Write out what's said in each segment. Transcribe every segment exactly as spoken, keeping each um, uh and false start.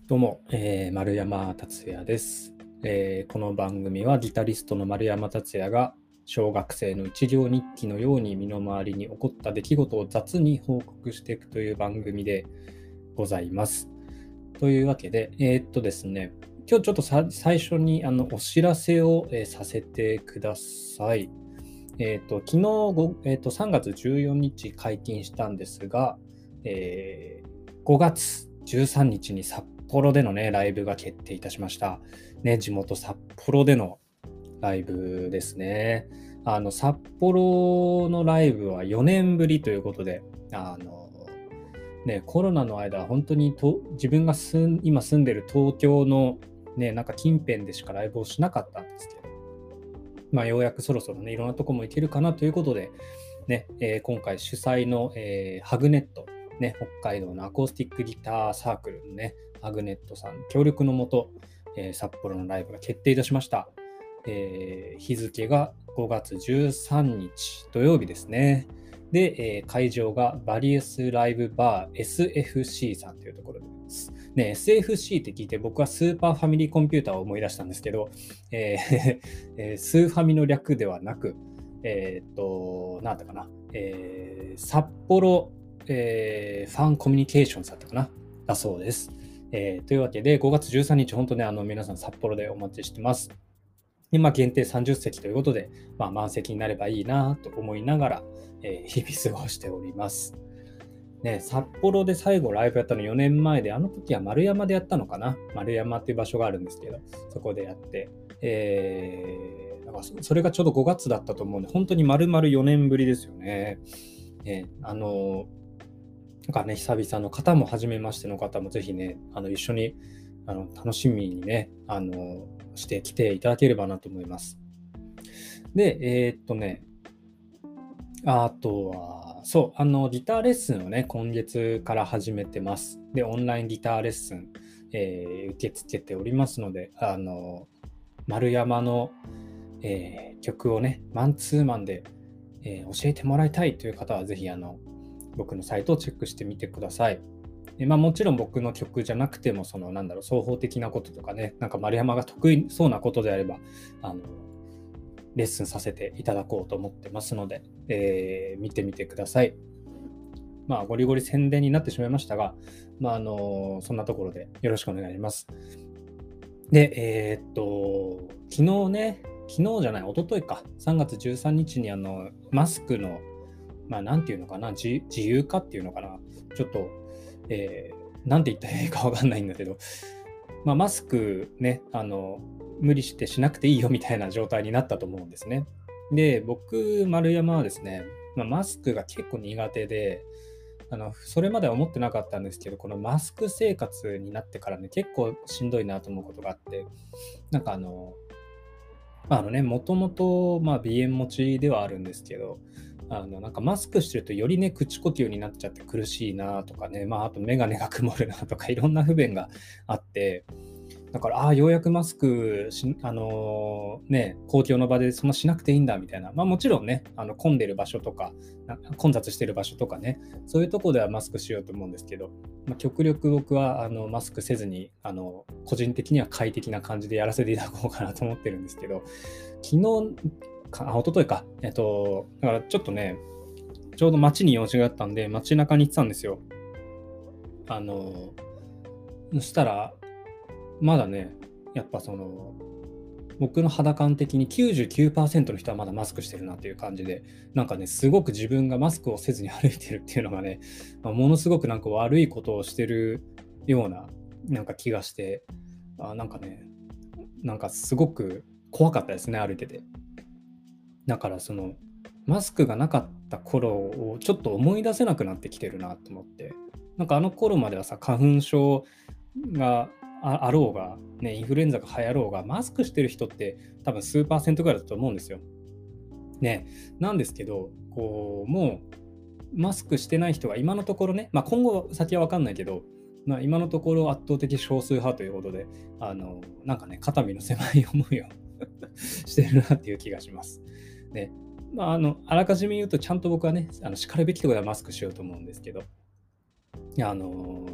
どうも、えー丸山達也です、えーこの番組はギタリストの丸山達也が小学生の一行日記のように身の回りに起こった出来事を雑に報告していくという番組でございます。というわけで、えーっとですね、今日ちょっとさ最初にあのお知らせを、えーさせてください。えーっと昨日ご、えーっとさんがつじゅうよっか解禁したんですが、えーごがつじゅうさんにちに札幌でのね、ライブが決定いたしました。ね、地元札幌でのライブですね。あの、札幌のライブはよねんぶりということで、あの、ね、コロナの間、本当にと自分が住ん今住んでる東京のね、なんか近辺でしかライブをしなかったんですけど、まあ、ようやくそろそろね、いろんなとこも行けるかなということで、ね、えー今回主催の、えーハグネット、ね、北海道のアコースティックギターサークルのね、ハグネットさん協力のもと、えー札幌のライブが決定いたしました。えー日付がごがつじゅうさんにち土曜日ですね。で、えー会場がバリウスライブバー エスエフシー さんというところです。ね、エスエフシー って聞いて僕はスーパーファミリーコンピューターを思い出したんですけど、えーえースーファミの略ではなく、えーっと、なんだかな、えー札幌、えーファンコミュニケーションさんだったかな、だそうです。えーというわけで、ごがつじゅうさんにち、本当ね、あの皆さん札幌でお待ちしてます。で、まあ、限定さんじゅっせきということで、まあ、満席になればいいなと思いながら、えー日々過ごしております。ね、札幌で最後ライブやったのよねんまえで、あの時は丸山でやったのかな。丸山っていう場所があるんですけど、そこでやって、えー、だからそそれがちょうどごがつだったと思うんで、本当に丸々よねんぶりですよね。ね、あの、なんかね、久々の方も初めましての方もぜひね、あの一緒にあの楽しみにね、あのしてきていただければなと思います。で、えーっとね、あとは、そう、あの、ギターレッスンをね、今月から始めてます。で、オンラインギターレッスン、えー受け付けておりますので、あの、丸山の、えー曲をね、マンツーマンで、えー教えてもらいたいという方は、ぜひ、あの、僕のサイトをチェックしてみてください。でまあ、もちろん僕の曲じゃなくても、その、なんだろう、双方的なこととかね、なんか丸山が得意そうなことであれば、あの、レッスンさせていただこうと思ってますので、えー見てみてください。まあ、ゴリゴリ宣伝になってしまいましたが、まあ、あのそんなところでよろしくお願いします。で、えーっと、昨日ね、昨日じゃない、一昨日か、さんがつじゅうさんにちにあのマスクの、まあ、なんていうのかな、自自由化っていうのかな、ちょっと、えーなんて言ったらいいかわかんないんだけど、まあ、マスクね、あの、無理してしなくていいよみたいな状態になったと思うんですね。で、僕、丸山はですね、まあ、マスクが結構苦手で、あの、それまでは思ってなかったんですけど、このマスク生活になってからね、結構しんどいなと思うことがあって、なんかあの、まあ、あのね、もともと、まあ、鼻炎持ちではあるんですけど、あの、なんかマスクしてるとよりね、口呼吸になっちゃって苦しいなとかね、まあ、あと眼鏡が曇るなとか、いろんな不便があって、だから、ああ、ようやくマスクし、あのーね、公共の場でそんなしなくていいんだみたいな。まあもちろんね、あの混んでる場所とか、な混雑してる場所とかね、そういうところではマスクしようと思うんですけど、まあ、極力僕はあのマスクせずに、あの、個人的には快適な感じでやらせていただこうかなと思ってるんですけど、昨日か、あ、一昨日か、えっと、だからちょっとね、ちょうど街に用事があったんで、街中に行ってたんですよ。あの、そしたら、まだね、やっぱその、僕の肌感的にきゅうじゅうきゅうパーセントの人はまだマスクしてるなっていう感じで、なんかね、すごく自分がマスクをせずに歩いてるっていうのがね、まあものすごくなんか悪いことをしてるような、なんか気がして、あ、なんかね、なんかすごく怖かったですね、歩いてて。だからその、マスクがなかった頃をちょっと思い出せなくなってきてるなと思って。なんかあの頃まではさ、花粉症がああろうが、ね、インフルエンザが流行ろうが、マスクしてる人って多分数パーセントぐらいだと思うんですよ。ね。なんですけど、こう、もうマスクしてない人が今のところね、まあ、今後先は分かんないけど、まあ、今のところ圧倒的少数派ということで、あの、なんかね、肩身の狭い思いをしてるなっていう気がします。で、まあ、あの、あらかじめ言うと、ちゃんと僕はね、あの、しかるべきところではマスクしようと思うんですけど、いや、あの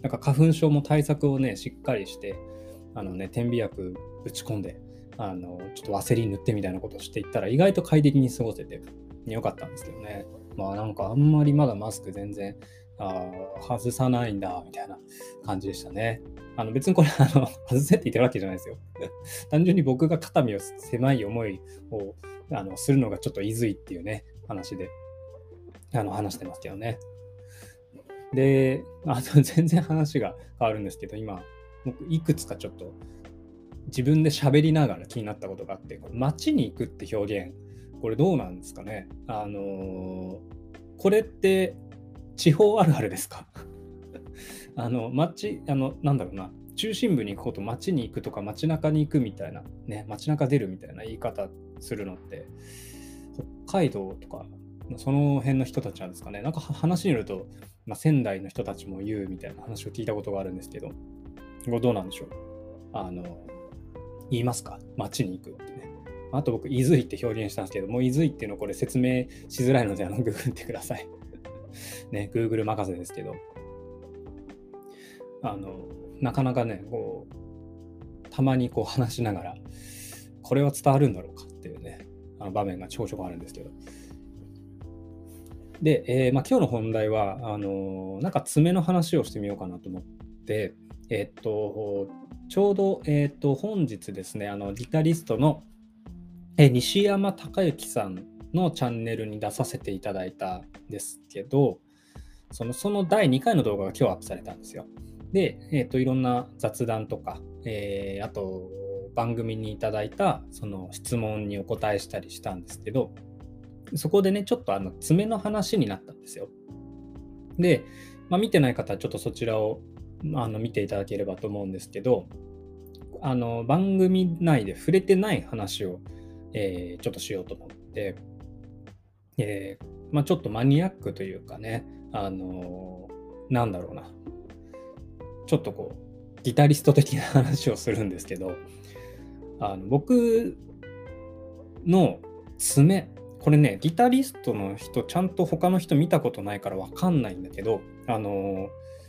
なんか花粉症も対策をね、しっかりして、あのね、点鼻薬ぶち込んで、あの、ちょっとワセリン塗ってみたいなことをしていったら、意外と快適に過ごせてよかったんですけどね。まあなんかあんまりまだマスク全然、あ外さないんだ、みたいな感じでしたね。あの別にこれ、あの、外せって言ってるわけじゃないですよ。単純に僕が肩身を狭い思いをあのするのがちょっといずいっていうね、話で、あの話してますけどね。で、あと全然話が変わるんですけど、今、僕いくつかちょっと自分で喋りながら気になったことがあって、街に行くって表現、これどうなんですかね。あのー、これって地方あるあるですか？あの、街、あの、なんだろうな、中心部に行くこと街に行くとか街中に行くみたいな、ね、街中出るみたいな言い方するのって、北海道とか、その辺の人たちなんですかね。なんか話によると、まあ、仙台の人たちも言うみたいな話を聞いたことがあるんですけど、これどうなんでしょう。あの、言いますか？街に行くってね。あと僕、いずいって表現したんですけど、もういずいっていうのをこれ説明しづらいので、あの、ググってください。ね、Google 任せですけど、あの、なかなかね、こう、たまにこう話しながら、これは伝わるんだろうかっていうね、あの場面がちょこちょこあるんですけど。で、えーまあ、今日の本題は、あのーなんか爪の話をしてみようかなと思って、えーっと、ちょうど、えーっと、本日ですね、あの、ギタリストの、えー西山隆之さんのチャンネルに出させていただいたんですけど、その、そのだいにかいの動画が今日アップされたんですよ。で、えーっと、いろんな雑談とか、えーあと、番組にいただいたその質問にお答えしたりしたんですけど、そこでね、ちょっとあの爪の話になったんですよ。で、まあ、見てない方はちょっとそちらをあの見ていただければと思うんですけど、あの番組内で触れてない話を、えーちょっとしようと思って、えーまあ、ちょっとマニアックというかね、あのーなんだろうな、ちょっとこう、ギタリスト的な話をするんですけど、あの僕の爪、これね、ギタリストの人、ちゃんと他の人見たことないからわかんないんだけど、あのー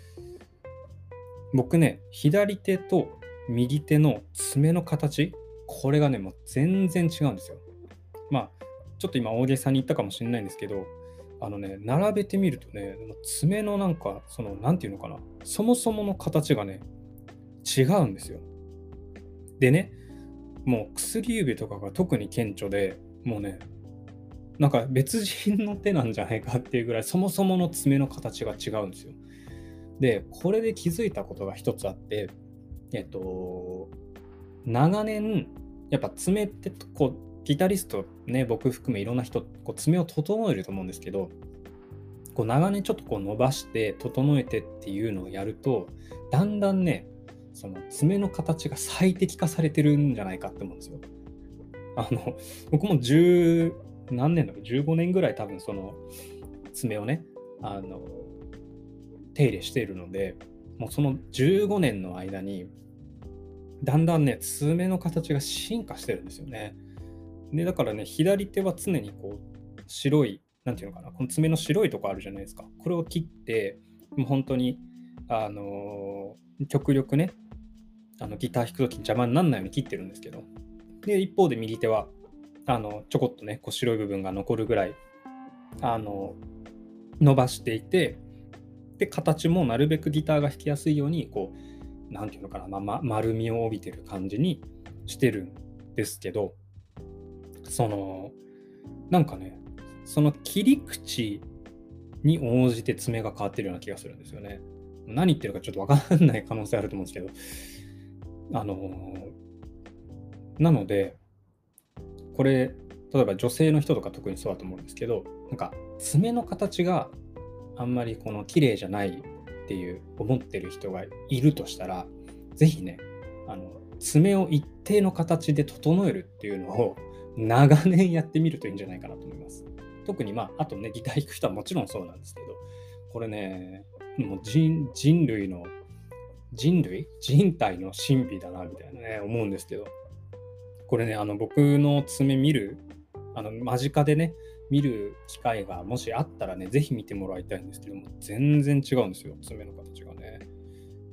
僕ね、左手と右手の爪の形、これがね、もう全然違うんですよ。まあ、ちょっと今大げさに言ったかもしれないんですけど、あのね、並べてみるとね、爪のなんか、その、なんていうのかな、そもそもの形がね、違うんですよ。でね、もう薬指とかが特に顕著で、もうね、なんか別人の手なんじゃないかっていうぐらい、そもそもの爪の形が違うんですよ。で、これで気づいたことが一つあって、えっと、長年、やっぱ爪ってこう、ギタリストね、僕含めいろんな人、こう爪を整えると思うんですけど、こう長年ちょっとこう伸ばして整えてっていうのをやると、だんだんね、その爪の形が最適化されてるんじゃないかって思うんですよ。あの、僕も十何年だろう、じゅうごねんぐらい多分その爪をね、あの、手入れしているので、もうそのじゅうごねんの間に、だんだんね、爪の形が進化してるんですよね。で、だからね、左手は常にこう、白い、なんていうのかな、この爪の白いとこあるじゃないですか。これを切って、もう本当に、あのー極力ね、あのギター弾くときに邪魔にならないように切ってるんですけど、で、一方で右手は、あの、ちょこっとね、こう白い部分が残るぐらい、あの、伸ばしていて、で、形もなるべくギターが弾きやすいように、こう、なんていうのかな、まま、丸みを帯びてる感じにしてるんですけど、その、なんかね、その切り口に応じて爪が変わってるような気がするんですよね。何言ってるかちょっとわかんない可能性あると思うんですけど、あのーなので、これ、例えば女性の人とか特にそうだと思うんですけど、なんか爪の形があんまりこの綺麗じゃないっていう思ってる人がいるとしたら、ぜひね、あの爪を一定の形で整えるっていうのを長年やってみるといいんじゃないかなと思います。特にまあ、あとね、ギター弾く人はもちろんそうなんですけど、これね、もう 人, 人類の、人類人体の神秘だな、みたいなね、思うんですけど、これね、あの僕の爪見る、あの間近でね、見る機会がもしあったらね、ぜひ見てもらいたいんですけども、全然違うんですよ、爪の形がね。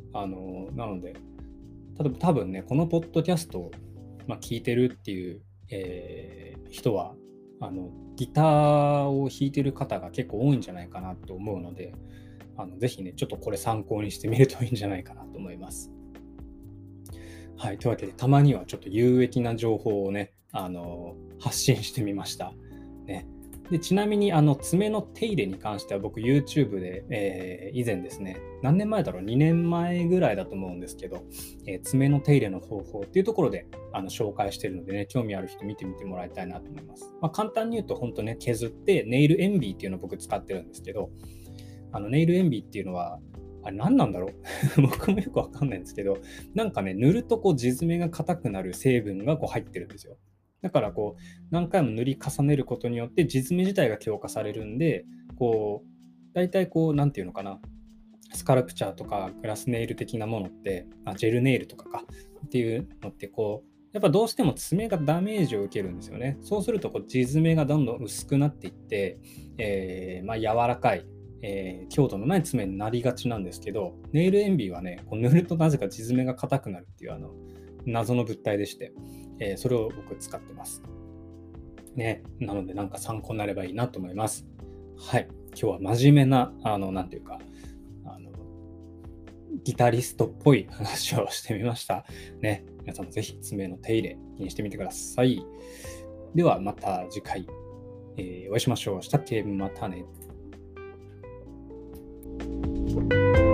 あのなので、例えば多分ね、このポッドキャストを、まあ、聞いてるっていう、えー人は、あのギターを弾いてる方が結構多いんじゃないかなと思うので、あのぜひね、ちょっとこれ参考にしてみるといいんじゃないかなと思います。はい、というわけで、たまにはちょっと有益な情報をね、あの発信してみました。ね、でちなみに、あの爪の手入れに関しては、僕 YouTube で、えー以前ですね、何年前だろう、にねんまえぐらいだと思うんですけど、えー爪の手入れの方法っていうところであの紹介しているのでね、興味ある人見てみてもらいたいなと思います。まあ、簡単に言うと、本当ね、削ってネイルエンビーっていうのを僕使ってるんですけど、あのネイルエンビーっていうのは、あれ何なんだろう僕もよくわかんないんですけど、なんかね、塗るとこう地爪が硬くなる成分がこう入ってるんですよ。だからこう何回も塗り重ねることによって地爪自体が強化されるんで、こう大体こうなんていうのかな、スカルプチャーとかグラスネイル的なものって、あジェルネイルとかかっていうのってこうやっぱどうしても爪がダメージを受けるんですよね。そうするとこう地爪がどんどん薄くなっていって、えーまあ、柔らかい、えー強度のない爪になりがちなんですけど、ネイルエンビーはね、こう塗るとなぜか地爪が硬くなるっていうあの謎の物体でして、えーそれを僕使ってます。ね、なのでなんか参考になればいいなと思います。はい、今日は真面目な、あの、なんていうか、あの、ギタリストっぽい話をしてみました。ね、皆さんもぜひ爪の手入れ気にしてみてください。ではまた次回、えーお会いしましょう。したっけ、またね。